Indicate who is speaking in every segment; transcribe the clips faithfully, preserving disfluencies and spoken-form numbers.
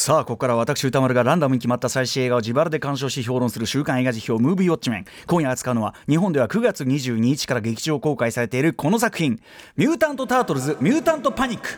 Speaker 1: さあここから私歌丸がランダムに決まった最新映画を自腹で鑑賞し評論する週刊映画辞表ムービーウォッチメン。今夜扱うのは日本ではくがつにじゅうににちから劇場公開されているこの作品、ミュータント・タートルズ・ミュータント・パニック。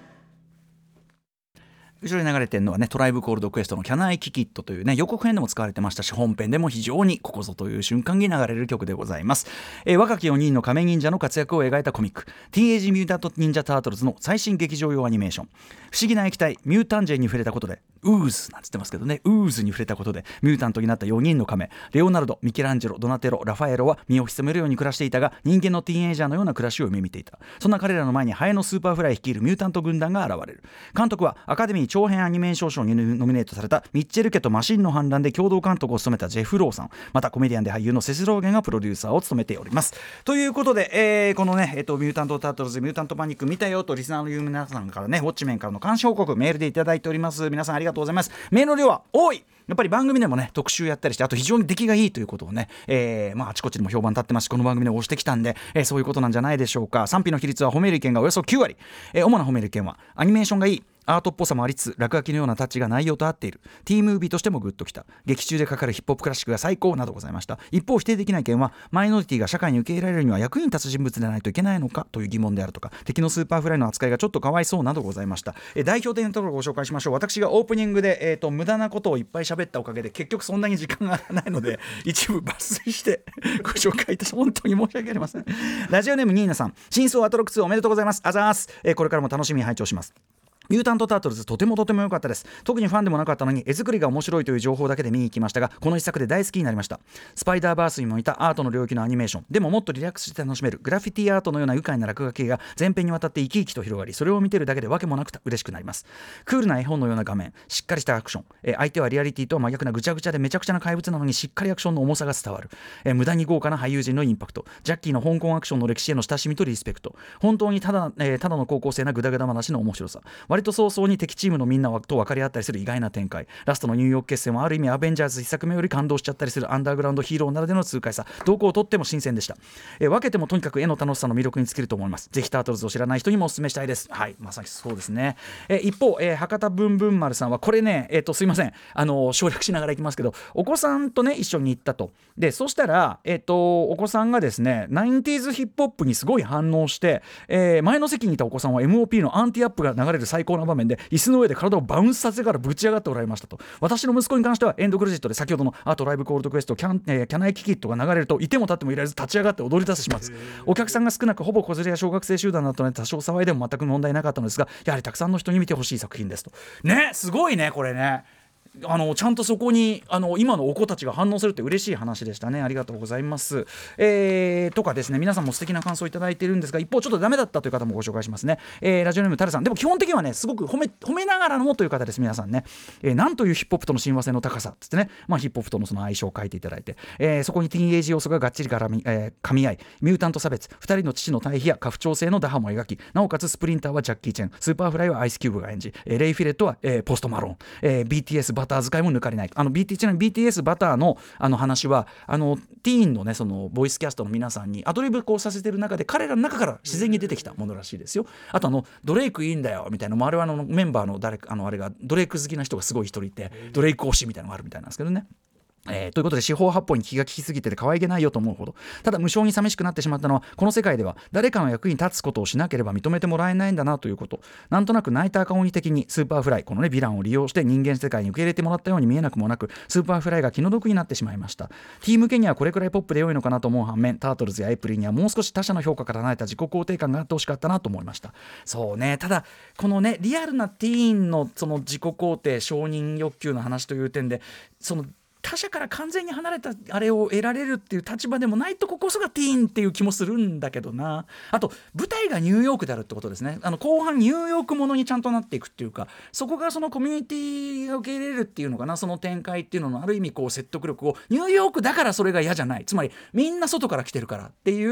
Speaker 1: 後ろに流れてるのはね、トライブコールドクエストのキャナイキキットというね、予告編でも使われてましたし、本編でも非常にここぞという瞬間に流れる曲でございます。えー、若きよにんの仮面忍者の活躍を描いたコミック、ティーンエイジ・ミュータント・ニンジャ・タートルズの最新劇場用アニメーション。不思議な液体ミュータンジェンに触れたことで、ウーズなんつってますけどね、ウーズに触れたことでミュータントになったよにんの仮面、レオナルド、ミケランジェロ、ドナテロ、ラファエロは身を潜めるように暮らしていたが、人間のティーンエイジャーのような暮らしを夢見ていた。そんな彼らの前にハエのスーパーフライ率いるミュータント軍団が現れる。監督はアカデミー長編アニメーション賞にノミネートされたミッチェル家とマシンの反乱で共同監督を務めたジェフ・ローさん、またコメディアンで俳優のセスローゲンがプロデューサーを務めております。ということで、えー、このね、えーと、ミュータント・タートルズ・ミュータント・パニック見たよとリスナーの有名な皆さんからね、ウォッチメンからの監視報告メールでいただいております。皆さんありがとうございます。メールの量は多い。やっぱり番組でもね特集やったりして、あと非常に出来がいいということをね、えーまあ、あちこちにも評判立ってますし、この番組でも押してきたんで、えー、そういうことなんじゃないでしょうか。賛否の比率は褒める意見がおよそきゅうわり、えー、主な褒める意見はアニメーションがいい、アートっぽさもありつつ落書きのようなタッチが内容と合っている、 T ムービーとしてもグッときた、劇中でかかるヒップホップクラシックが最高などございました。一方否定的な意見は、マイノリティが社会に受け入れられるには役に立つ人物でないといけないのかという疑問であるとか、敵のスーパーフライの扱いがちょっとかわいそうなどございました。えー、代表的なところをご紹介しましょう。私がオープニングで、えー、と無駄なことをいっぱい喋ったおかげで結局そんなに時間がないので一部抜粋してご紹介いたし、本当に申し訳ありません。ラジオネームニーナさん、真相アトロックツーおめでとうございます。あざーす。えー、これからも楽しみに拝聴します。ミュータント・タートルズとてもとても良かったです。特にファンでもなかったのに絵作りが面白いという情報だけで見に行きましたが、この一作で大好きになりました。スパイダーバースにもいたアートの領域のアニメーションでももっとリラックスして楽しめるグラフィティアートのような愉快な落書きが全編にわたって生き生きと広がり、それを見てるだけでわけもなく嬉しくなります。クールな絵本のような画面、しっかりしたアクション、え相手はリアリティとは真逆なぐちゃぐちゃでめちゃくちゃな怪物なのにしっかりアクションの重さが伝わる、え無駄に豪華な俳優陣のインパクト、ジャッキーの香港アクションの歴史への親しみとリスペクト、本当にただ、えー、ただの高校生なグダグダ話の面白さ、割と早々に敵チームのみんなと分かり合ったりする意外な展開、ラストのニューヨーク決戦はある意味アベンジャーズいっさくめより感動しちゃったりするアンダーグラウンドヒーローならでの痛快さ、どこをとっても新鮮でした。え分けてもとにかく絵の楽しさの魅力に尽きると思います。ぜひタートルズを知らない人にもお勧めしたいです。はい、まさにそうですね。え一方、えー、博多ぶんぶん丸さんはこれね、えー、とすいません、あの省略しながらいきますけど、お子さんとね一緒に行ったと。でそしたら、えー、とお子さんがですねナインティーズヒップホップにすごい反応して、えー、前の席にいたお子さんは エムオーピー のアンティアップが流れる最高な場面で椅子の上で体をバウンスさせてからぶち上がっておられましたと。私の息子に関してはエンドクレジットで先ほどのあとライブコールドクエストキャン、えー、キャナイキキットが流れるといても立ってもいられず立ち上がって踊り出してしまうんです。お客さんが少なくほぼ子連れや小学生集団だったので多少騒いでも全く問題なかったのですが、やはりたくさんの人に見てほしい作品ですと。ね、すごいねこれね。あのちゃんとそこにあの今のお子たちが反応するって嬉しい話でしたね。ありがとうございます、えー、とかですね、皆さんも素敵な感想をいただいているんですが、一方ちょっとダメだったという方もご紹介しますね。えー、ラジオネームタルさん、でも基本的にはねすごく褒め、褒めながらのという方です。皆さんね、えー、なんというヒップホップとの親和性の高さっつってね、まあ、ヒップホップとのその相性を書いていただいて、えー、そこにティーンエイジ要素ががっちり絡み、えー、噛み合い、ミュータント差別、ふたりの父の対比や家父長制の打破も描き、なおかつスプリンターはジャッキー・チェン、スーパーフライはアイスキューブが演じ、えー、レイ・フィレットは、えー、ポストマローン、えー、ビーティーエス バター使いも抜かれない。あの ビーティー ちなみに ビーティーエス バター の, あの話はあのティーンのねそのボイスキャストの皆さんにアドリブこうさせてる中で彼らの中から自然に出てきたものらしいですよ。あとあのドレイクいいんだよみたいな、我々のメンバーの誰かあのあれがドレイク好きな人がすごい一人いて、ドレイク推しみたいなのがあるみたいなんですけどね。えー、ということで四方八方に気が利きすぎてて可愛げないよと思うほど、ただ無性に寂しくなってしまったのは、この世界では誰かの役に立つことをしなければ認めてもらえないんだなということ。なんとなくナイターか鬼的にスーパーフライ、このねヴィランを利用して人間世界に受け入れてもらったように見えなくもなく、スーパーフライが気の毒になってしまいました。ティー向けにはこれくらいポップで良いのかなと思う反面、タートルズやエイプリンにはもう少し他者の評価から離れた自己肯定感があってほしかったなと思いました。そうね、ただこのねリアルなティーンのその自己肯定承認欲求の話という点で、その他者から完全に離れたあれを得られるっていう立場でもないとここそがティーンっていう気もするんだけどな。あと舞台がニューヨークであるってことですね。あの後半ニューヨークものにちゃんとなっていくっていうか、そこがそのコミュニティが受け入れるっていうのかな、その展開っていうののある意味こう説得力を、ニューヨークだからそれが嫌じゃない、つまりみんな外から来てるからっていう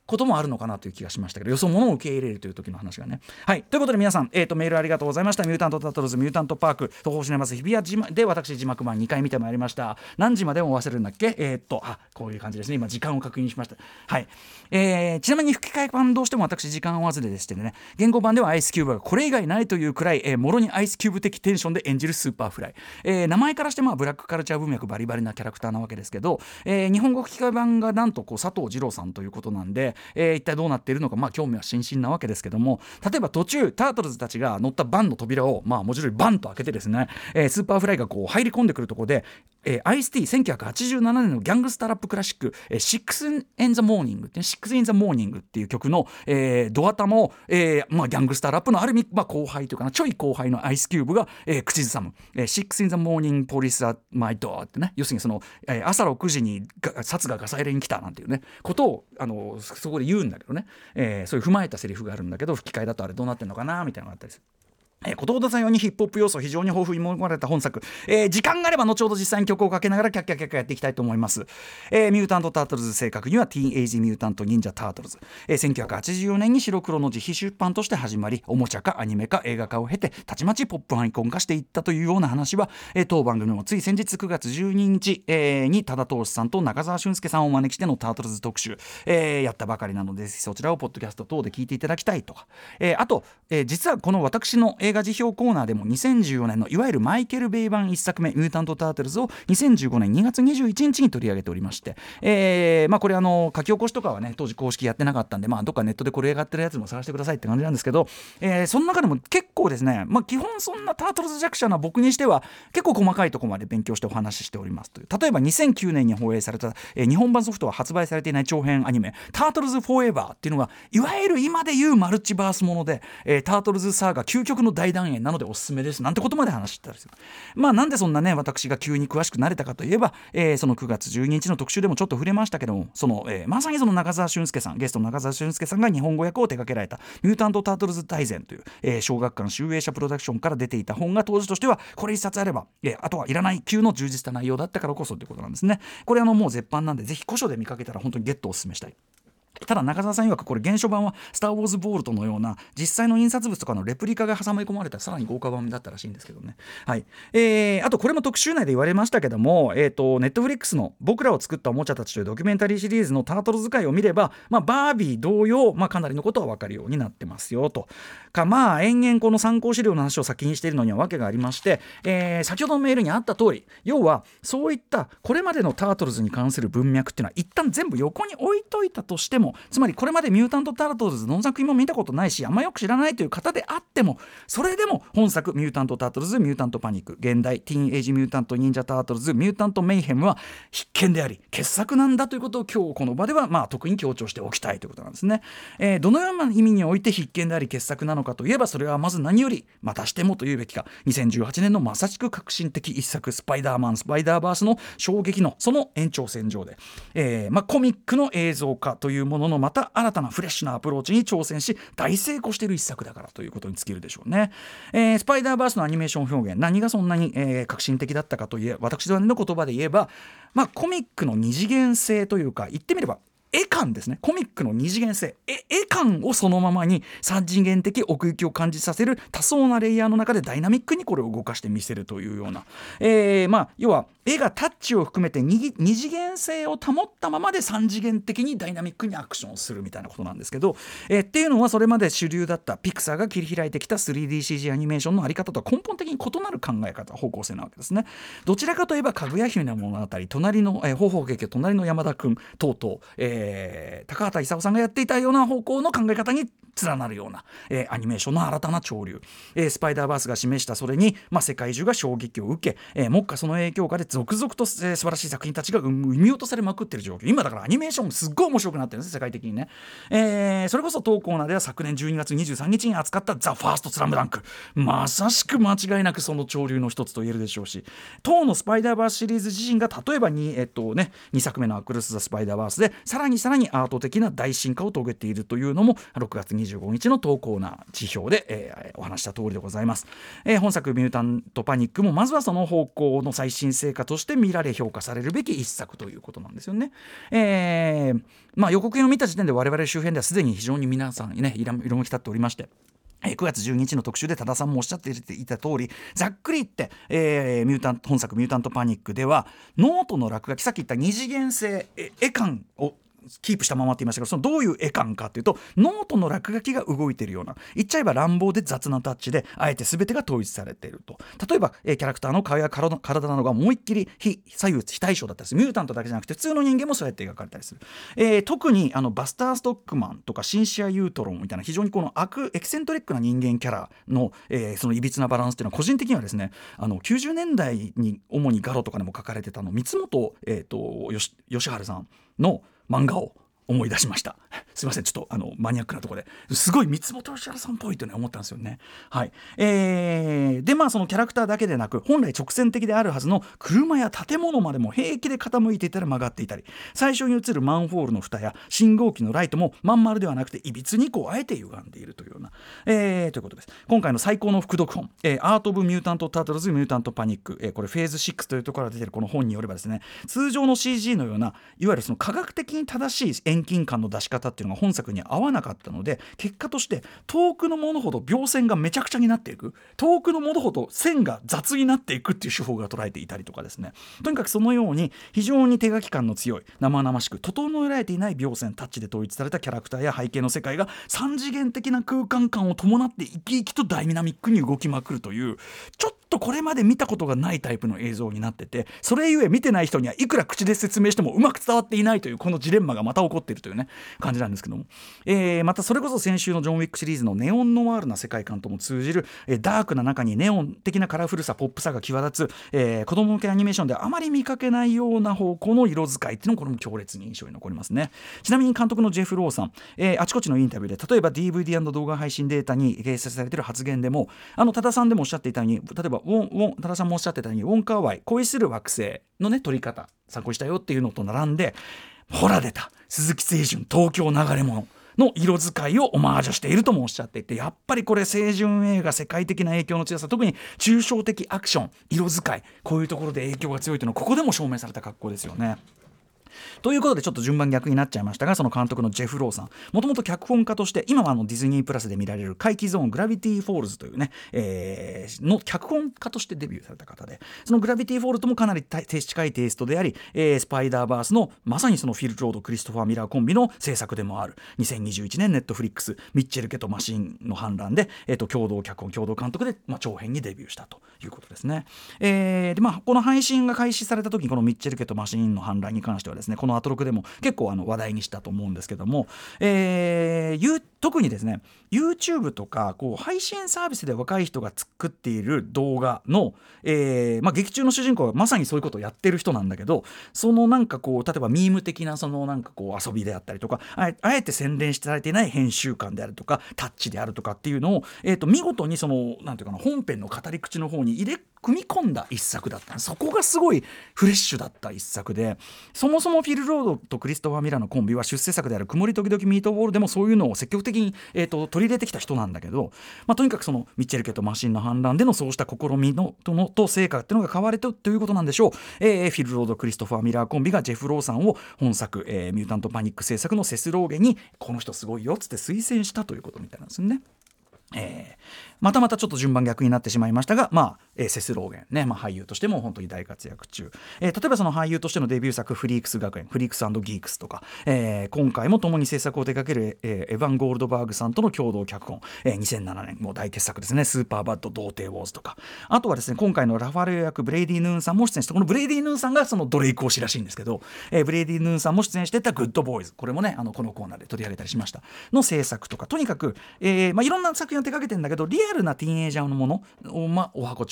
Speaker 1: こともあるのかなという気がしましたけど、よそ者を受け入れるという時の話がね。はい、ということで皆さん、えー、とメールありがとうございました。ミュータントタートルズミュータントパーク東宝シネマズ日比谷島で私字幕版にかい見てまいりました。何時までも忘れるんだっけ。えー、っとあこういう感じですね。今時間を確認しました。はい、えー、ちなみに吹き替え版どうしても私時間合わずででしてね、言語版ではアイスキューブがこれ以外ないというくらい、えー、もろにアイスキューブ的テンションで演じるスーパーフライ、えー、名前からしてまあブラックカルチャー文脈バリバリなキャラクターなわけですけど、えー、日本語吹き替え版がなんとこう佐藤二朗さんということなんで、えー、一体どうなっているのか、まあ興味は津々なわけですけども、例えば途中タートルズたちが乗ったバンの扉をまあもちろんバンと開けてですね、えー、スーパーフライがこう入り込んでくるところで、えー、アイスティーせんきゅうひゃくはちじゅうななねんのギャングスターラップクラシック、えー、シックス in the Morning ってシックス in the Morning っていう曲の、えー、ドア玉を、えーまあ、ギャングスターラップのある意味、まあ、後輩というかなちょい後輩のアイスキューブが、えー、口ずさむ、えー、シックス in the Morning Police at my door ってね、要するにその、えー、朝ろくじに殺がガサ入れに来たなんていうねことをあのそこで言うんだけどね、えー、そういう踏まえたセリフがあるんだけど、吹き替えだとあれどうなってんのかなみたいなのがあったりする。えー、ことほどさんようにヒップホップ要素非常に豊富に盛り込まれた本作、えー、時間があれば後ほど実際に曲をかけながらキャッキャッキャッキャやっていきたいと思います。えー、ミュータントタートルズ正確にはティーンエイジミュータント忍者タートルズ、えー、せんきゅうひゃくはちじゅうよねんに白黒の自費出版として始まり、おもちゃかアニメか映画化を経てたちまちポップアイコン化していったというような話は、えー、当番組もつい先日くがつじゅうににち、えー、に多田投資さんと中澤俊介さんをお招きしてのタートルズ特集、えー、やったばかりなので、そちらをポッドキャスト等で聞いていただきたいとか、えー、あと、えー、実はこの私の映画辞表コーナーででもにせんじゅうよねんのいわゆるマイケル・ベイ版いっさくめミュータント・タートルズをにせんじゅうごねんにがつにじゅういちにちに取り上げておりまして、えーまあ、これあの書き起こしとかはね当時公式やってなかったんで、まあ、どっかネットでこれ上がってるやつも探してくださいって感じなんですけど、えー、その中でも結構ですね、まあ、基本そんなタートルズ弱者な僕にしては結構細かいところまで勉強してお話ししておりますという。例えばにせんきゅうねんに放映された、えー、日本版ソフトは発売されていない長編アニメタートルズ・フォーエバーっていうのがいわゆる今でいうマルチバースもので、えー、タートルズサーガ究極の大団円なのでおすすめですなんてこともまで話してたりする。まあなんでそんなね私が急に詳しくなれたかといえば、えー、そのくがつじゅうににちの特集でもちょっと触れましたけども、その、えー、まさにその中澤俊介さんゲストの中澤俊介さんが日本語訳を手掛けられたミュータント・タートルズ大全という、えー、小学館集英社プロダクションから出ていた本が当時としてはこれ一冊あれば、えー、あとはいらない級の充実した内容だったからこそということなんですね。これあのもう絶版なんでぜひ古書で見かけたら本当にゲットをお勧めしたい。ただ中澤さん曰くこれ原書版はスター・ウォーズ・ボールトのような実際の印刷物とかのレプリカが挟み込まれたさらに豪華版だったらしいんですけどね。はい、えー、あとこれも特集内で言われましたけども、えーと、ネットフリックスの僕らを作ったおもちゃたちというドキュメンタリーシリーズのタートル使いを見れば、まあ、バービー同様、まあ、かなりのことは分かるようになってますよとか、まあ延々この参考資料の話を先にしているのには訳がありまして、えー、先ほどのメールにあった通り、要はそういったこれまでのタートルズに関する文脈っていうのは一旦全部横に置いといたとしても、つまりこれまでミュータント・タートルズの作品も見たことないしあんまよく知らないという方であっても、それでも本作ミュータント・タートルズミュータント・パニック、現代ティーンエイジ・ミュータント・忍者タートルズミュータント・メイヘムは必見であり傑作なんだということを今日この場ではまあ特に強調しておきたいということなんですね。えー、どのような意味において必見であり傑作なのかといえば、それはまず何よりまたしてもというべきかにせんじゅうはちねんのまさしく革新的一作スパイダーマンスパイダーバースの衝撃のその延長線上で、えーまあ、コミックの映像化というもののまた新たなフレッシュなアプローチに挑戦し大成功している一作だからということに尽きるでしょうね。えー、スパイダーバースのアニメーション表現何がそんなに、えー、革新的だったかといえば、私の言葉で言えば、まあ、コミックの二次元性というか言ってみれば絵感ですね。コミックの二次元性、絵感をそのままに三次元的奥行きを感じさせる多層なレイヤーの中でダイナミックにこれを動かしてみせるというような、えー、まあ要は絵がタッチを含めて 二, 二次元性を保ったままで三次元的にダイナミックにアクションをするみたいなことなんですけど、えー、っていうのはそれまで主流だったピクサーが切り開いてきた スリーディーシージー アニメーションのあり方とは根本的に異なる考え方方向性なわけですね。どちらかといえばかぐや姫の物語、隣の、えー、方法劇隣の山田君等々、えー、高畑勲さんがやっていたような方向の考え方に連なるような、えー、アニメーションの新たな潮流、えー、スパイダーバースが示したそれに、まあ、世界中が衝撃を受け、えー、目下その影響下で続々と、えー、素晴らしい作品たちが生み落とされまくってる状況。今だからアニメーションすっごい面白くなってるんです世界的にね。えー、それこそ当コーナーでは昨年じゅうにがつにじゅうさんにちに扱ったザ・ファーストスラムダンク、まさしく間違いなくその潮流の一つと言えるでしょうし、当のスパイダーバースシリーズ自身が例えばに、えっとね、にさくめのアクロス・ザ・スパイダーバースでさらににさらにアート的な大進化を遂げているというのもろくがつにじゅうごにちの投稿な辞表で、えー、お話した通りでございます。えー、本作ミュータントパニックもまずはその方向の最新成果として見られ評価されるべき一作ということなんですよね。えーまあ、予告編を見た時点で我々周辺ではすでに非常に皆さんね色めき立っておりまして、くがつじゅうににちの特集で多田さんもおっしゃっていた通り、ざっくり言って、えー、ミュータン本作ミュータントパニックではノートの落書き、さっき言った二次元性絵感をキープしたままって言いましたけど、そのどういう絵感かっていうと、ノートの落書きが動いているような、言っちゃえば乱暴で雑なタッチであえて全てが統一されていると。例えば、えー、キャラクターの顔や体などが思いっきり非左右非対称だったりする。ミュータントだけじゃなくて普通の人間もそうやって描かれたりする。えー、特にあのバスター・ストックマンとかシンシア・ユートロンみたいな非常にこの悪エキセントリックな人間キャラの、えー、そのいびつなバランスっていうのは個人的にはですね、あのきゅうじゅうねんだいに主にガロとかでも書かれてたの三本、えー、とよし吉春さんの漫画を思い出しました。すいません、ちょっとあのマニアックなところですごい三本吉原さんっぽいと、ね、思ったんですよね。はい。えー、でまあそのキャラクターだけでなく、本来直線的であるはずの車や建物までも平気で傾いていたり曲がっていたり、最初に映るマンホールの蓋や信号機のライトもまん丸ではなくていびつにこうあえて歪んでいるというような、えー、ということです。今回の最高の副読本、えー、アート・オブ・ミュータント・タートルズ・ミュータント・パニック、えー、これフェーズシックスというところから出ているこの本によればですね、通常の シージー のようないわゆるその科学的に正しい遠近感の出し方っていうのが本作に合わなかったので、結果として遠くのものほど描線がめちゃくちゃになっていく、遠くのものほど線が雑になっていくっていう手法が捉えていたりとかですね、とにかくそのように非常に手書き感の強い生々しく整えられていない描線タッチで統一されたキャラクターや背景の世界が三次元的な空間感を伴って生き生きとダイナミックに動きまくるという、ちょっとこれまで見たことがないタイプの映像になってて、それゆえ見てない人にはいくら口で説明してもうまく伝わっていないというこのジレンマがまた起こっているというね感じなんですけども、えー、またそれこそ先週のジョン・ウィックシリーズのネオンノワールな世界観とも通じる、えー、ダークな中にネオン的なカラフルさポップさが際立つ、えー、子供向けアニメーションではあまり見かけないような方向の色使いっていうのもこれも強烈に印象に残りますね。ちなみに監督のジェフ・ローさん、えー、あちこちのインタビューで例えば ディーブイディー& 動画配信データに掲載されている発言でも、あの多田さんでもおっしゃっていたように、例えばウォンウォン多田さんもおっしゃっていたようにウォンカーワイ恋する惑星のね撮り方参考にしたよっていうのと並んで、ほら出た鈴木清純東京流れ物の色使いをオマージュしているともおっしゃっていて、やっぱりこれ清純映画世界的な影響の強さ、特に抽象的アクション色使い、こういうところで影響が強いというのはここでも証明された格好ですよね。ということでちょっと順番逆になっちゃいましたが、その監督のジェフ・ローさん、もともと脚本家として今はあのディズニープラスで見られる怪奇ゾーングラビティフォールズというね、えー、の脚本家としてデビューされた方で、そのグラビティフォールズともかなり近いテイストであり、えー、スパイダーバースのまさにそのフィル・ロードクリストファー・ミラーコンビの制作でもあるにせんにじゅういちねんネットフリックスミッチェル家とマシンの反乱で、えー、と共同脚本共同監督で、まあ、長編にデビューしたということですね。えーでまあ、この配信が開始された時にこのミッチェル家とマシンの反乱に関してはですね、このアトロクでも結構あの話題にしたと思うんですけども、えー、特にですね YouTube とかこう配信サービスで若い人が作っている動画の、えーまあ、劇中の主人公がまさにそういうことをやってる人なんだけど、そのなんかこう例えばミーム的なそのなんかこう遊びであったりとか、あえ、あえて洗練してられていない編集感であるとかタッチであるとかっていうのを、えー、と見事にそのなんていうかな本編の語り口の方に入れ組み込んだ一作だった。そこがすごいフレッシュだった一作で、そもそもフィル・ロードとクリストファー・ミラーのコンビは出世作である曇り時々ミートボールでもそういうのを積極的に、えー、と取り入れてきた人なんだけど、まあ、とにかくそのミッチェル家とマシンの反乱でのそうした試みのとのと成果っていうのが買われたということなんでしょう。えー、フィル・ロード・クリストファー・ミラーコンビがジェフ・ローさんを本作、えー、ミュータント・パニック制作のセスローゲにこの人すごいよっつって推薦したということみたいなんですね。えー、またまたちょっと順番逆になってしまいましたが、まあえー、セスローゲンね、まあ、俳優としても本当に大活躍中、えー、例えばその俳優としてのデビュー作フリークス学園フリークス&ギークスとか、えー、今回も共に制作を手掛ける、えー、エヴァン・ゴールドバーグさんとの共同脚本、えー、にせんななねんもう大傑作ですね、スーパーバッド童貞ウォーズとか、あとはですね今回のラファレオ役ブレイディ・ヌーンさんも出演して、このブレイディ・ヌーンさんがそのドレイク推しらしいんですけど、えー、ブレイディ・ヌーンさんも出演してたグッドボーイズ、これもねあのこのコーナーで取り上げたりしましたの制作とか、とにかく、えーまあ、いろんな作品を手掛けてるんだけどリアルなティーンエイジャーのものを、まあ、お箱中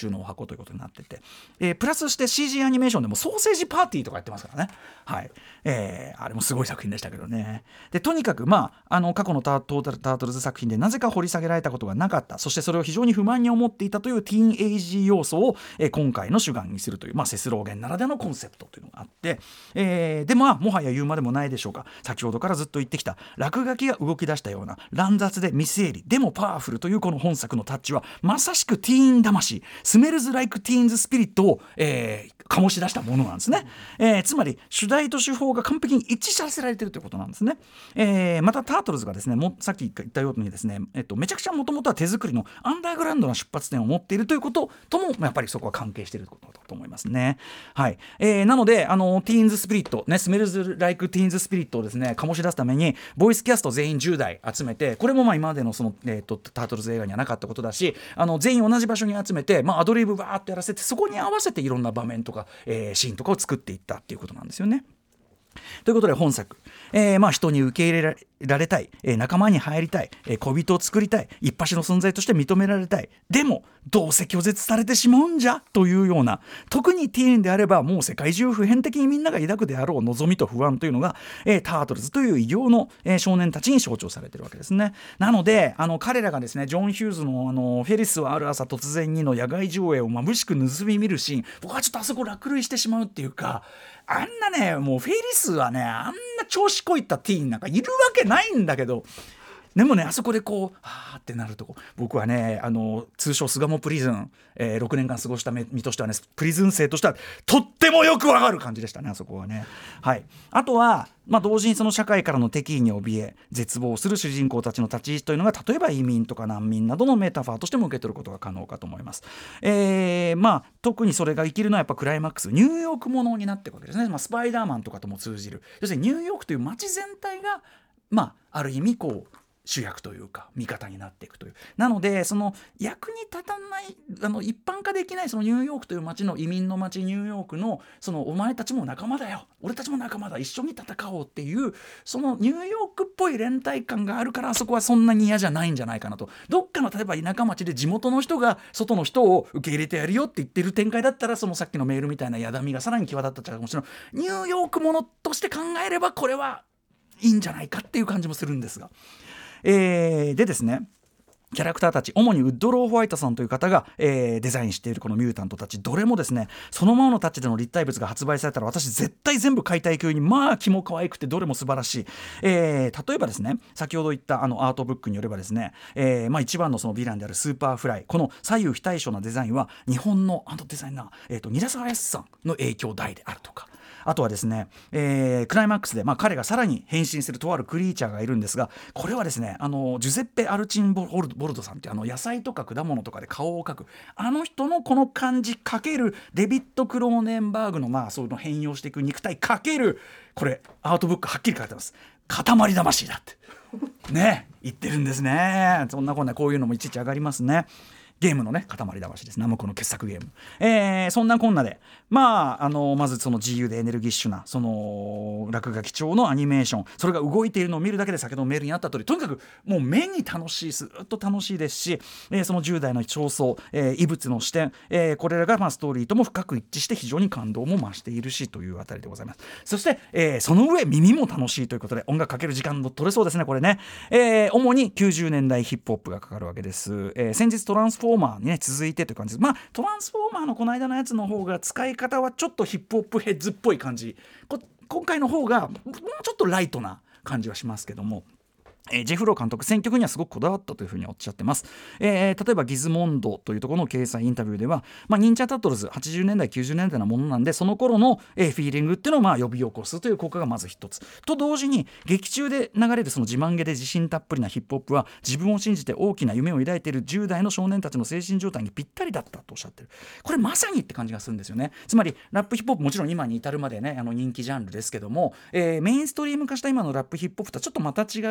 Speaker 1: 宙のお箱ということになってて、えー、プラスして シージー アニメーションでもソーセージパーティーとかやってますからね。はい、えー、あれもすごい作品でしたけどね。でとにかくまああの過去のタートタートルズ作品でなぜか掘り下げられたことがなかった、そしてそれを非常に不満に思っていたというティーンエイジ要素を、えー、今回の主眼にするという、まあ、セスローゲンならではのコンセプトというのがあって、えー、でまあもはや言うまでもないでしょうか。先ほどからずっと言ってきた落書きが動き出したような乱雑で未整理でもパワフルというこの本作のタッチはまさしくティーン魂スメルズ・ライク・ティーンズ・スピリットを、えー、醸し出したものなんですね、えー、つまり主題と手法が完璧に一致させられているということなんですね、えー、またタートルズがですねもさっき言ったようにですね、えっと、めちゃくちゃもともとは手作りのアンダーグラウンドな出発点を持っているということともやっぱりそこは関係していることだと思いますね。はい、えー、なのであのティーンズ・スピリット、ね、スメルズ・ライク・ティーンズ・スピリットをですね醸し出すためにボイスキャスト全員じゅうだい集めて、これもまあ今までのその、えー、とタートルズ映画にはなかったことだし、あの全員同じ場所に集めて、まあ、アドリブバーっとやらせてそこに合わせていろんな場面とか、えー、シーンとかを作っていったっていうことなんですよね。ということで本作、えーまあ、人に受け入れられたい、えー、仲間に入りたい、えー、恋人を作りたい、一発の存在として認められたい、でもどうせ拒絶されてしまうんじゃというような、特にティーンであればもう世界中普遍的にみんなが抱くであろう望みと不安というのが、えー、タートルズという異形の、えー、少年たちに象徴されているわけですね。なのであの彼らがですねジョン・ヒューズの、あのフェリスはある朝突然にの野外上映を眩しく盗み見るシーン、僕はちょっとあそこ落類してしまうっていうか、あんなねもうフェリスはねあんな調子こいったティーンなんかいるわけないんだけど、でもねあそこでこうはーってなるとこ、僕はねあの通称巣鴨プリズン、えー、ろくねんかん過ごした身としてはねプリズン生としてはとってもよくわかる感じでしたねあそこはね。はい、あとはまあ、同時にその社会からの敵意に怯え絶望する主人公たちの立ち位置というのが例えば移民とか難民などのメタファーとしても受け取ることが可能かと思います。えーまあ、特にそれが生きるのはやっぱクライマックスニューヨークものになっていくわけですね。まあ、スパイダーマンとかとも通じる、要するにニューヨークという街全体が、まあ、ある意味こう主役というか味方になっていくという。なのでその役に立たないあの一般化できないそのニューヨークという街の移民の街ニューヨークのそのお前たちも仲間だよ俺たちも仲間だ一緒に戦おうっていうそのニューヨークっぽい連帯感があるからあそこはそんなに嫌じゃないんじゃないかなと。どっかの例えば田舎町で地元の人が外の人を受け入れてやるよって言ってる展開だったらそのさっきのメールみたいなやだみがさらに際立ったっちゃうかもしれない。ニューヨークものとして考えればこれはいいんじゃないかっていう感じもするんですが、えー、でですねキャラクターたち主にウッドロー・ホワイトさんという方が、えー、デザインしているこのミュータントたちどれもですねそのままのタッチでの立体物が発売されたら私絶対全部買いたい級にまあ気も可愛くてどれも素晴らしい、えー、例えばですね先ほど言ったあのアートブックによればですね、えーまあ、一番のそのヴィランであるスーパーフライこの左右非対称なデザインは日本のあのデザイナー、えーと、韮沢康さんの影響大であるとか、あとはですね、えー、クライマックスで、まあ、彼がさらに変身するとあるクリーチャーがいるんですが、これはですねあのジュゼッペ・アルチンボルボルドさんっていうあの野菜とか果物とかで顔を描くあの人のこの感じかけるデビッド・クローネンバーグのまあそういうの変容していく肉体かけるこれアートブックはっきり書いてます。塊魂だってね言ってるんですね。そんなこんなこういうのもいちいち上がりますね。ゲームのね塊魂です。ナムコの傑作ゲーム、えー、そんなこんなでまああのまずその自由でエネルギッシュなその落書き調のアニメーションそれが動いているのを見るだけで先ほどのメールにあった通りとにかくもう目に楽しいずっと楽しいですし、えー、そのじゅう代の焦燥、えー、異物の視点、えー、これらがまあストーリーとも深く一致して非常に感動も増しているしというあたりでございます。そして、えー、その上耳も楽しいということで音楽かける時間も取れそうですねこれね、えー、主にきゅうじゅうねんだいヒップホップがかかるわけです。えー、先日トランスフォーマーにね続いてという感じです。まあトランスフォーマーのこの間のやつの方が使い方はちょっとヒップホップヘッズっぽい感じ、こ今回の方がもうちょっとライトな感じはしますけども、えー、ジェフロー監督選曲にはすごくこだわったというふうにおっしゃってます。えー、例えばギズモンドというところの掲載インタビューでは、まあ、忍者タートルズはちじゅうねんだいきゅうじゅうねんだいのものなんでその頃の、えー、フィーリングっていうのをまあ呼び起こすという効果がまず一つと同時に劇中で流れるその自慢げで自信たっぷりなヒップホップは自分を信じて大きな夢を抱いているじゅう代の少年たちの精神状態にぴったりだったとおっしゃってる。これまさにって感じがするんですよね。つまりラップヒップホップもちろん今に至るまでねあの人気ジャンルですけども、えー、メインストリーム化した今のラップヒップホップとはちょっとまた違うそ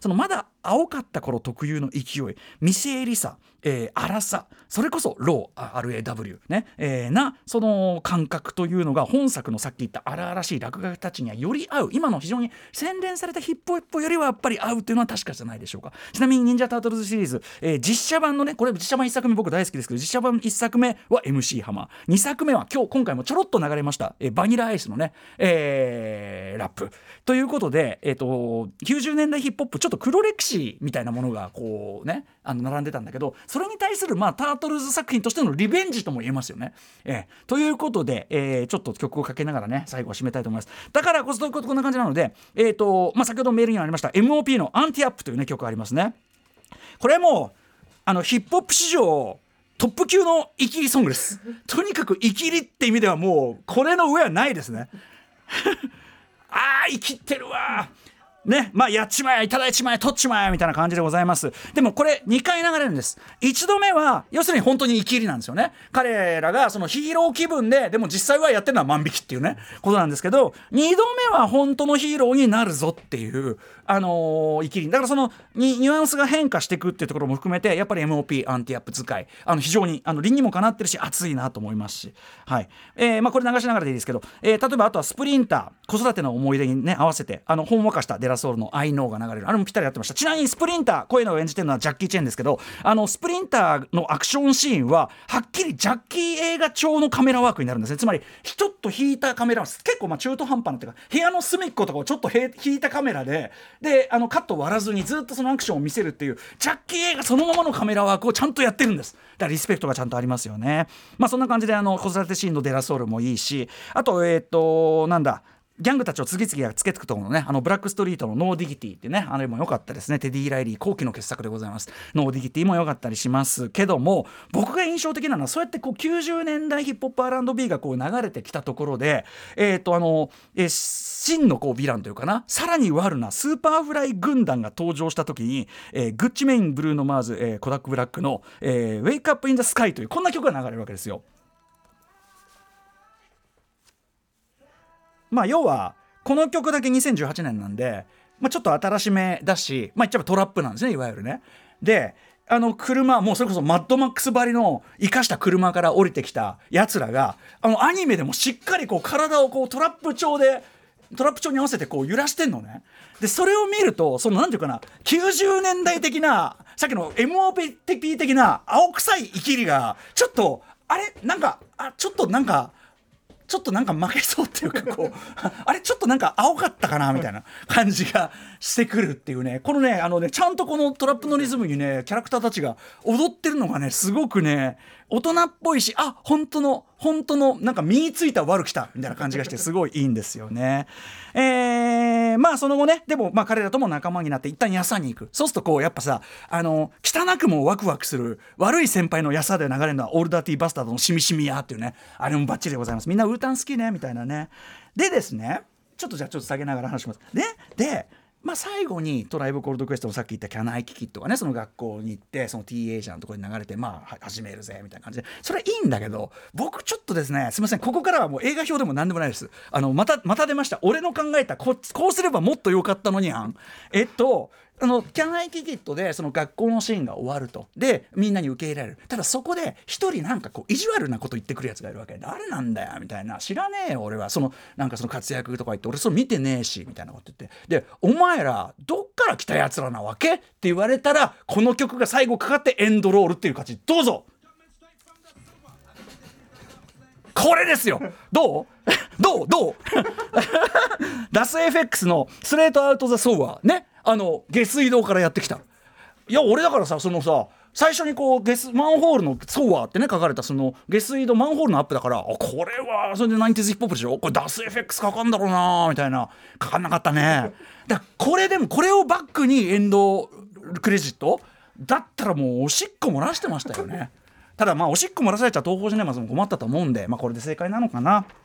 Speaker 1: そのまだ青かった頃特有の勢い、未整理さ、えー、荒さ、それこそロー アールエーダブリュー ね、えー、なその感覚というのが本作のさっき言った荒々しい落書きたちにはより合う、今の非常に洗練されたヒップホップよりはやっぱり合うというのは確かじゃないでしょうか。ちなみに忍者タートルズシリーズ、えー、実写版のね、これ実写版いっさくめ僕大好きですけど、実写版いっさくめは エムシー ハマー、にさくめは今日今回もちょろっと流れました、えー、バニラアイスのね、えー、ラップということで、えー、ときゅうじゅうねんだいヒップホップちょっと黒歴史みたいなものがこうねあの並んでたんだけど、それに対するまあタートルズ作品としてのリベンジとも言えますよね。えー、ということで、えー、ちょっと曲をかけながらね最後は締めたいと思います。だからこそこんな感じなので、えーとまあ、先ほどメールにありました エムオーピー のアンティアップという、ね、曲がありますね。これもあのヒップホップ史上トップ級のイキリソングです。とにかくイキリって意味ではもうこれの上はないですね。あー生きってるわね、まあやっちまえいただいちまえ取っちまえみたいな感じでございます。でもこれにかい流れるんです。いちどめは要するに本当にイキリなんですよね。彼らがそのヒーロー気分ででも実際はやってるのは万引きっていうねことなんですけど、にどめは本当のヒーローになるぞっていうあのー、イキリだからそのニュアンスが変化していくっていうところも含めてやっぱり エムオーピー アンティアップ使いあの非常にあの理にもかなってるし熱いなと思いますし、はい、えー、まあこれ流しながらでいいですけど、えー、例えばあとはスプリンター子育ての思い出にね合わせてあのほんわかしたデラソールの I know が流れる、あれもぴったりやってました。ちなみにスプリンター声の演じてるのはジャッキー・チェンですけど、あのスプリンターのアクションシーンははっきりジャッキー映画調のカメラワークになるんですね。つまりちょっと引いたカメラ結構まあ中途半端なっていうか部屋の隅っことかをちょっと引いたカメラでであのカットを割らずにずっとそのアクションを見せるっていうジャッキー映画そのままのカメラワークをちゃんとやってるんです。だからリスペクトがちゃんとありますよね。まあそんな感じであの子育てシーンのデラソールもいいし、あとえっ、ー、となんだギャングたちを次々がつけてくところのねあのブラックストリートのノーディギティってねあれも良かったですね。テディ・ライリー後期の傑作でございます。ノーディギティも良かったりしますけども、僕が印象的なのはそうやってこうきゅうじゅうねんだいヒップホップ アールアンドビー がこう流れてきたところでえっ、ー、とあの、えー、真のこうヴィランというかなさらに悪なスーパーフライ軍団が登場した時に、えー、グッチメインブルーノマーズ、えー、コダックブラックの、えー、Wake Up in the Sky というこんな曲が流れるわけですよ。まあ要はこの曲だけにせんじゅうはちねんなんで、まあ、ちょっと新しめだし、まあ、言っちゃえばトラップなんですねいわゆるね。であの車もうそれこそマッドマックスばりの生かした車から降りてきたやつらがあのアニメでもしっかりこう体をこうトラップ調でトラップ調に合わせてこう揺らしてんのね。でそれを見るとそのなんていうかなきゅうじゅうねんだい的なさっきの エムオーピー 的な青臭いイキリがちょっとあれなんかあちょっとなんかちょっとなんか負けそうっていうかこうあれちょっとなんか青かったかなみたいな感じがしてくるっていうね、このねあのねちゃんとこのトラップのリズムにねキャラクターたちが踊ってるのがねすごくね大人っぽいし、あ本当の本当のなんか身についた悪きたみたいな感じがしてすごいいいんですよね。えー、まあその後ねでもまあ彼らとも仲間になって一旦ヤサに行く。そうするとこうやっぱさあの汚くもワクワクする悪い先輩のヤサで流れるのはオールダーティーバスタードのしみしみやっていうねあれもバッチリでございます。みんなウータン好きねみたいなね。でですねちょっとじゃあちょっと下げながら話します。ででまあ、最後にトライブコールドクエストのさっき言ったキャナイキキットがねその学校に行ってその ティーエイジャーのところに流れてまあ始めるぜみたいな感じでそれはいいんだけど僕ちょっとですねすいませんここからはもう映画表でも何でもないです。あのまたまた出ました俺の考えた こ, こうすればもっと良かったのにゃんえっとあのキャナイキキットでその学校のシーンが終わるとでみんなに受け入れられる。ただそこで一人なんかこう意地悪なこと言ってくるやつがいるわけ。誰なんだよみたいな知らねえよ俺はそのなんかその活躍とか言って俺それ見てねえしみたいなこと言ってでお前らどっから来たやつらなわけって言われたらこの曲が最後かかってエンドロールっていう感じ。どうぞこれですよ。どうどうどうダス エフエックス のスレートアウトザソーワーねあの下水道からやってきた。いや俺だからさそのさ最初にこう下水マンホールのソーワーってね書かれたその下水道マンホールのアップだからあこれはそれでナインティーズヒップホップでしょこれダス エフエックス かかんだろうなみたいなかかんなかったね。だこれでもこれをバックにエンドクレジットだったらもうおしっこ漏らしてましたよね。ただまあおしっこ漏らされちゃ東宝シネマズも困ったと思うんでまあこれで正解なのかな。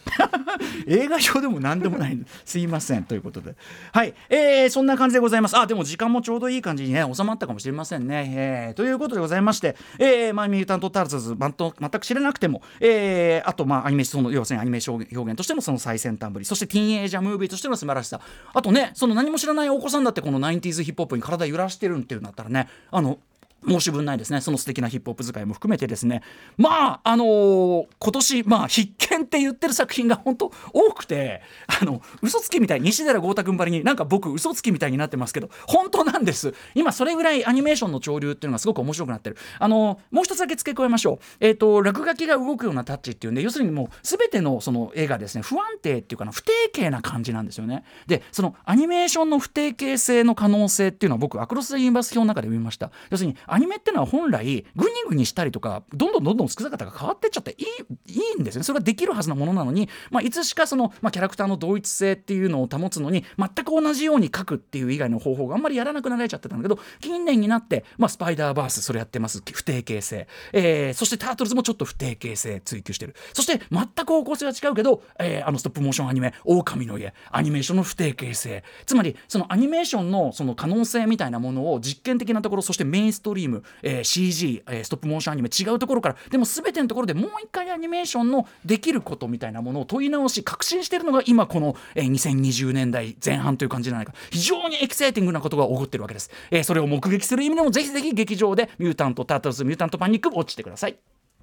Speaker 1: 映画表でも何でもないすいませんということで、はい、えー、そんな感じでございます。あ、でも時間もちょうどいい感じにね収まったかもしれませんね、えー、ということでございまして、えーまあ、ミュータントタルトズ全く知らなくても、えー、あとまあアニメその要するにアニメーション表現としてのその最先端ぶり、そしてティーンエイジャームービーとしての素晴らしさ、あとねその何も知らないお子さんだってこのナインティーズヒップホップに体揺らしてるっていうんだったらね、あの申し分ないですね。その素敵なヒップホップ使いも含めてですね、まああのー、今年まあ必見って言ってる作品が本当多くて、あの嘘つきみたい、西寺豪太君ばりになんか僕嘘つきみたいになってますけど本当なんです。今それぐらいアニメーションの潮流っていうのがすごく面白くなってる。あのー、もう一つだけ付け加えましょう。えっ、ー、と落書きが動くようなタッチっていうんで、要するにもう全てのその絵がですね不安定っていうかな不定形な感じなんですよね。でそのアニメーションの不定形性の可能性っていうのは僕アクロス・ザ・ユニバース表の中で見ました。要するにアニメってのは本来グニグニしたりとかどんどんどんどん作り方が変わってっちゃっていい、いいんですよね。それができるはずのものなのに、まあ、いつしかその、まあ、キャラクターの同一性っていうのを保つのに全く同じように描くっていう以外の方法があんまりやらなくなられちゃってたんだけど、近年になって、まあ、スパイダーバースそれやってます、不定形性、えー、そしてタートルズもちょっと不定形性追求してる。そして全く方向性は違うけど、えー、あのストップモーションアニメ狼の家アニメーションの不定形性、つまりそのアニメーションのその可能性みたいなものを実験的なところ、そしてメインストリーム、えー、シージー、えー、ストップモーションアニメ違うところから、でも全てのところでもう一回アニメーションのできることみたいなものを問い直し確信しているのが今この、えー、にせんにじゅうねんだいぜん半という感じじゃないか。非常にエキサイティングなことが起こってるわけです、えー、それを目撃する意味でもぜひぜひ劇場でミュータントタートルズミュータントパニック落ちてください。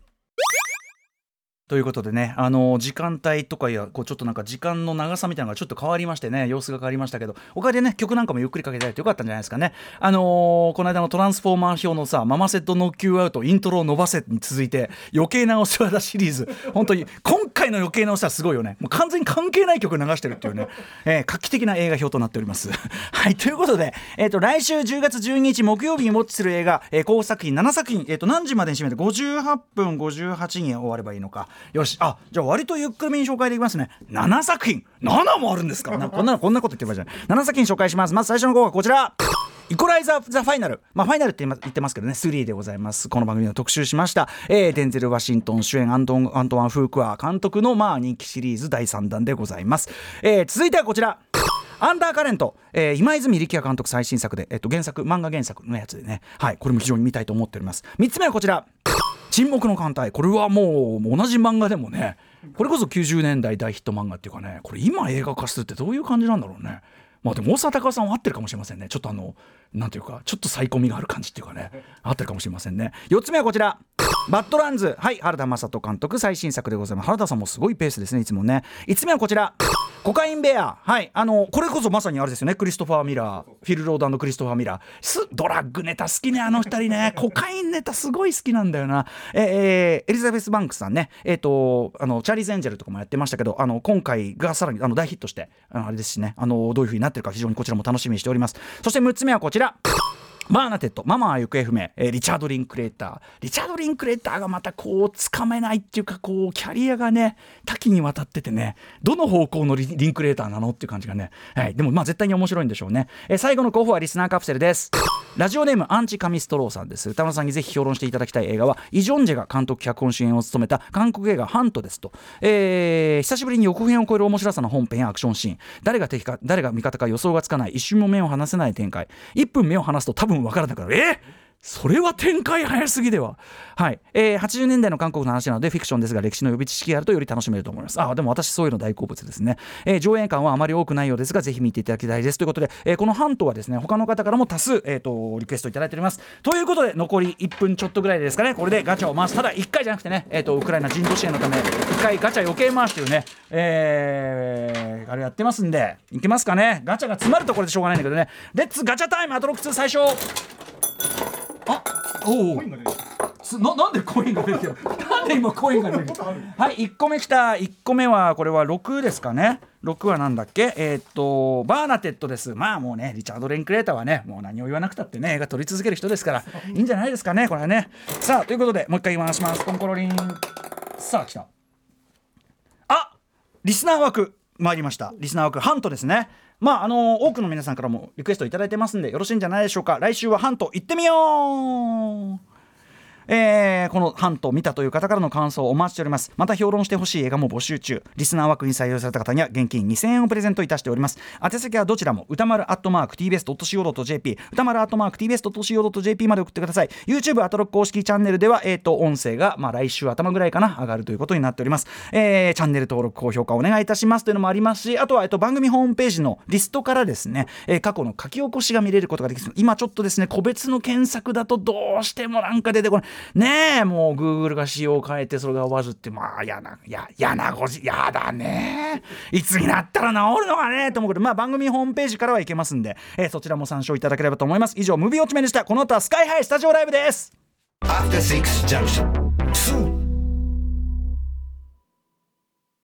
Speaker 1: ということでね、あの時間帯とかやこうちょっとなんか時間の長さみたいなのがちょっと変わりましてね、様子が変わりましたけど、おかげでね曲なんかもゆっくりかけてやれてよかったんじゃないですかね。あのー、この間のトランスフォーマー表のさママセットノッキューアウトイントロを伸ばせに続いて余計なお世話だシリーズ、本当に今回の余計なお世話すごいよね。もう完全に関係ない曲流してるっていうね、えー、画期的な映画表となっておりますはい、ということで、えー、と来週じゅうがつじゅうににち木曜日にウォッチする映画、えー、候補作品ななさくひん、えー、と何時までに締めてごじゅうはっぷんごじゅうはちに終わればいいのか。よし、あじゃあ割とゆっくりめに紹介できますね。ななさくひん、ななもあるんですか。なんかこんなこんなこと言ってる場合じゃない。ななさくひん紹介します。まず最初の号はこちら、イコライザー・ザ・ファイナル、まあ、ファイナルって言ってますけどね、スリーでございます。この番組の特集しました、えー、デンゼル・ワシントン主演、アントン、アントワン・フークア監督のまあ人気シリーズだいさんだんでございます。えー、続いてはこちら、アンダーカレント、えー、今泉力也監督最新作で、えっと、原作漫画原作のやつでね、はい、これも非常に見たいと思っております。みっつめはこちら、沈黙の艦隊、これはもう同じ漫画でもね、これこそきゅうじゅうねんだい大ヒット漫画っていうかね、これ今映画化するってどういう感じなんだろうね。まあでも大沢たかおさんは合ってるかもしれませんね。ちょっとあのなんていうかちょっとサイコミがある感じっていうかね、合ってるかもしれませんね。よっつめはこちら、バッドランズ、はい、原田雅人監督最新作でございます。原田さんもすごいペースですねいつもね。いつつめはこちら、コカインベア、はい、あのこれこそまさにあれですよね、クリストファー・ミラー、フィル・ロード&クリストファー・ミラー、スドラッグネタ好きねあの二人ねコカインネタすごい好きなんだよな。えー、エリザベス・バンクスさんね、えー、とあのチャーリーズ・エンジェルとかもやってましたけど、あの今回がさらにあの大ヒットして、あのあれですしね、あのどういう風になってるか非常にこちらも楽しみにしております。そしてむっつめはこちら、バーナテット、ママは行方不明、えー、リチャード・リンクレーターリチャード・リンクレーターがまたこうつかめないっていうか、こうキャリアがね多岐にわたっててね、どの方向の リ, リンクレーターなのっていう感じがね、はい、でもまあ絶対に面白いんでしょうね。えー、最後の候補はリスナーカプセルです。ラジオネームアンチカミストローさんです。歌丸さんにぜひ評論していただきたい映画はイ・ジョンジェが監督脚本主演を務めた韓国映画ハントですと、えー、久しぶりに予告編を超える面白さの本編やアクションシーン、誰が敵か誰が味方か予想がつかない、一瞬も目を離せない展開、いっぷん目を離すと多分分からなくなる、えーそれは展開早すぎでは。はい、えー、はちじゅうねんだいの韓国の話なのでフィクションですが歴史の予備知識があるとより楽しめると思います。あでも私そういうの大好物ですね。えー、上映感はあまり多くないようですがぜひ見ていただきたいですということで、えー、このハントはですね他の方からも多数、えー、とリクエストいただいております。ということで残りいっぷんちょっとぐらいですかね。これでガチャを回す。ただいっかいじゃなくてね、えー、とウクライナ人道支援のためいっかいガチャ余計回しというね、えー、あれやってますんでいけますかね。ガチャが詰まるところでしょうがないんだけどね。レッツガチャタイムアトロックツー最初。あおおな, なんでコインが出てるなんで今コインが出てるはい、いっこめきた。いっこめはこれはろくですかね。ろくはなんだっけ、えー、っとバーナテットです。まあもうねリチャード・レンクレーターはねもう何を言わなくたってね映画撮り続ける人ですからいいんじゃないですかねこれはね。さあということでもう一回回します。コンコロリン。さあ来た。あリスナー枠参りました。リスナー枠ハントですね。まああの多くの皆さんからもリクエストいただいてますんでよろしいんじゃないでしょうか。来週はハント行ってみよう。 えー、このハントを見たという方からの感想をお待ちしております。また評論してほしい映画も募集中。リスナー枠に採用された方には現金にせんえんをプレゼントいたしております。宛先はどちらも歌丸アットマーク ティービーエスドットシーオードットジェーピー 歌丸アットマーク ティービーエスドットシーオードットジェーピー まで送ってください。 YouTube アトロック公式チャンネルでは、えー、と音声が、まあ、来週頭ぐらいかな上がるということになっております。えー、チャンネル登録高評価お願いいたしますというのもありますし、あとは、えー、と番組ホームページのリストからですね、えー、過去の書き起こしが見れることができます。今ちょっとですね個別の検索だとどうしてもなんか出てこないねえ。もう Google が仕様を変えてそれがバズって、まあやなややなごじやだね。いつになったら治るのかねと思うけど、まあ番組ホームページからはいけますんで、えー、そちらも参照いただければと思います。以上ムービーウォッチメンでした。この後はスカイハイスタジオライブです。
Speaker 2: After Six Junction